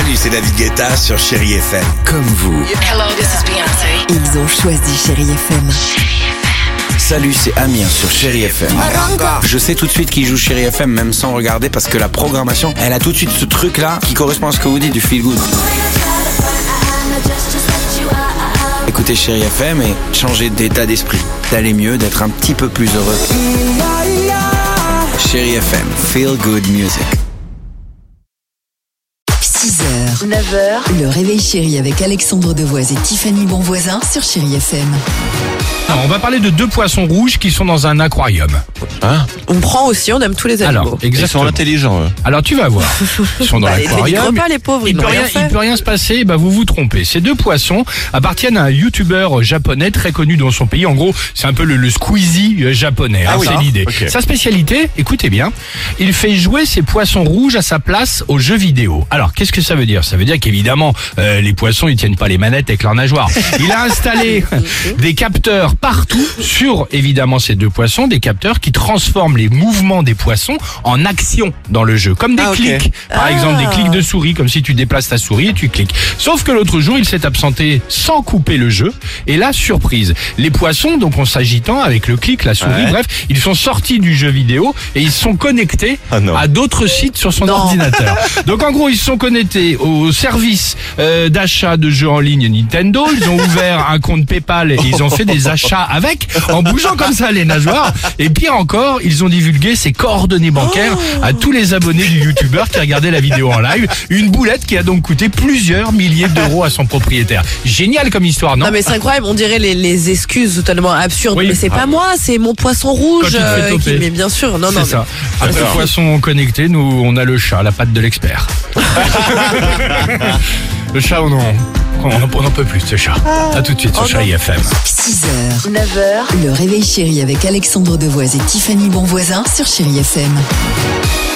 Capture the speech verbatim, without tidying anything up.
Salut, c'est David Guetta sur Chérie F M. Comme vous. Hello, this is Beyoncé. Ils ont choisi Chérie F M. Salut, c'est Amir sur Chérie F M. Je sais tout de suite qui joue Chérie F M, même sans regarder, parce que la programmation, elle a tout de suite ce truc-là qui correspond à ce que vous dites du feel good. Écoutez Chérie F M et changez d'état d'esprit, d'aller mieux, d'être un petit peu plus heureux. Chérie F M, feel good music. six heures, neuf heures, le réveil chéri avec Alexandre Devoise et Tiffany Bonvoisin sur Chérie F M. Alors, on va parler de deux poissons rouges qui sont dans un aquarium. Hein? On prend aussi, on aime tous les animaux. Alors, Ils exactement. sont intelligents, eux. Alors, tu vas voir. Ils sont dans Bah, ils l'aquarium. dénigrent pas, les pauvres, ils il n'ont peut rien rien, fait. il peut rien se passer. Bah, vous vous trompez. Ces deux poissons appartiennent à un youtubeur japonais très connu dans son pays. En gros, c'est un peu le, le Squeezie euh, japonais. Hein, Ah oui. c'est l'idée. Ok. Sa spécialité, écoutez bien, il fait jouer ses poissons rouges à sa place aux jeux vidéo. Alors, qu'est-ce que ça veut dire? Ça veut dire qu'évidemment, euh, les poissons, ils tiennent pas les manettes avec leurs nageoires. Il a installé des capteurs partout sur, évidemment, ces deux poissons, des capteurs qui transforment les mouvements des poissons en action dans le jeu, comme des Ah, ok. clics. Par Ah. exemple, des clics de souris, comme si tu déplaces ta souris et tu cliques. Sauf que l'autre jour, il s'est absenté sans couper le jeu. Et là, surprise. Les poissons, donc en s'agitant avec le clic, la souris, Ouais. bref, ils sont sortis du jeu vidéo et ils sont connectés Ah non. à d'autres sites sur son Non. ordinateur. Donc en gros, ils sont connectés au service euh, d'achat de jeux en ligne Nintendo. Ils ont ouvert un compte PayPal et ils ont fait des achats avec, en bougeant comme ça les nageoires. Et pire encore, ils ont divulgué ses coordonnées bancaires à tous les abonnés du youtubeur qui regardaient la vidéo en live. Une boulette qui a donc coûté plusieurs milliers d'euros à son propriétaire. Génial comme histoire, non? Non mais c'est incroyable, on dirait les, les excuses totalement absurdes. Oui. Mais c'est Ah. pas moi, c'est mon poisson Quand rouge. tu te fais euh, qui- toper. Mais bien sûr, non, non. C'est ça. Après le poisson connecté, nous, on a le chat, la patte de l'expert. Le chat, on en, on en, on en peut plus, ce chat. À tout de suite sur Chérie F M. six heures, neuf heures, le réveil chéri avec Alexandre Devoise et Tiffany Bonvoisin sur Chérie F M.